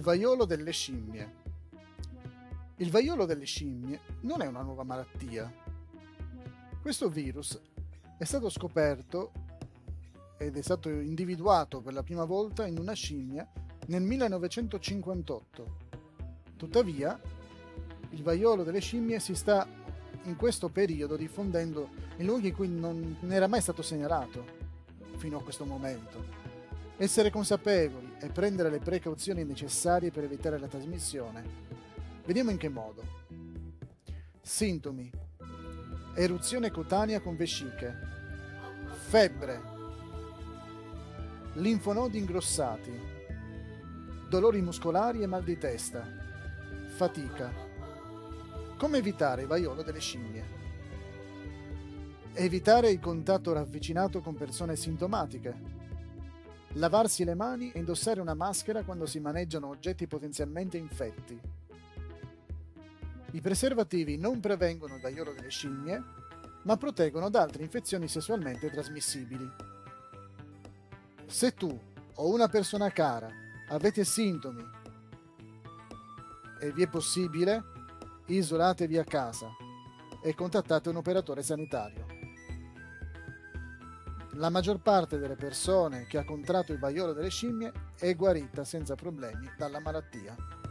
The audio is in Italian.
vaiolo delle scimmie. Il vaiolo delle scimmie non è una nuova malattia. Questo virus è stato scoperto ed è stato individuato per la prima volta in una scimmia nel 1958. Tuttavia, il vaiolo delle scimmie si sta in questo periodo diffondendo in luoghi in cui non era mai stato segnalato fino a questo momento. Essere consapevoli e prendere le precauzioni necessarie per evitare la trasmissione. Vediamo in che modo. Sintomi: eruzione cutanea con vesciche, febbre, linfonodi ingrossati, dolori muscolari e mal di testa, fatica. Come evitare il vaiolo delle scimmie? Evitare il contatto ravvicinato con persone sintomatiche. Lavarsi le mani e indossare una maschera quando si maneggiano oggetti potenzialmente infetti. I preservativi non prevengono il vaiolo delle scimmie, ma proteggono da altre infezioni sessualmente trasmissibili. Se tu o una persona cara avete sintomi e vi è possibile, isolatevi a casa e contattate un operatore sanitario. La maggior parte delle persone che ha contratto il vaiolo delle scimmie è guarita senza problemi dalla malattia.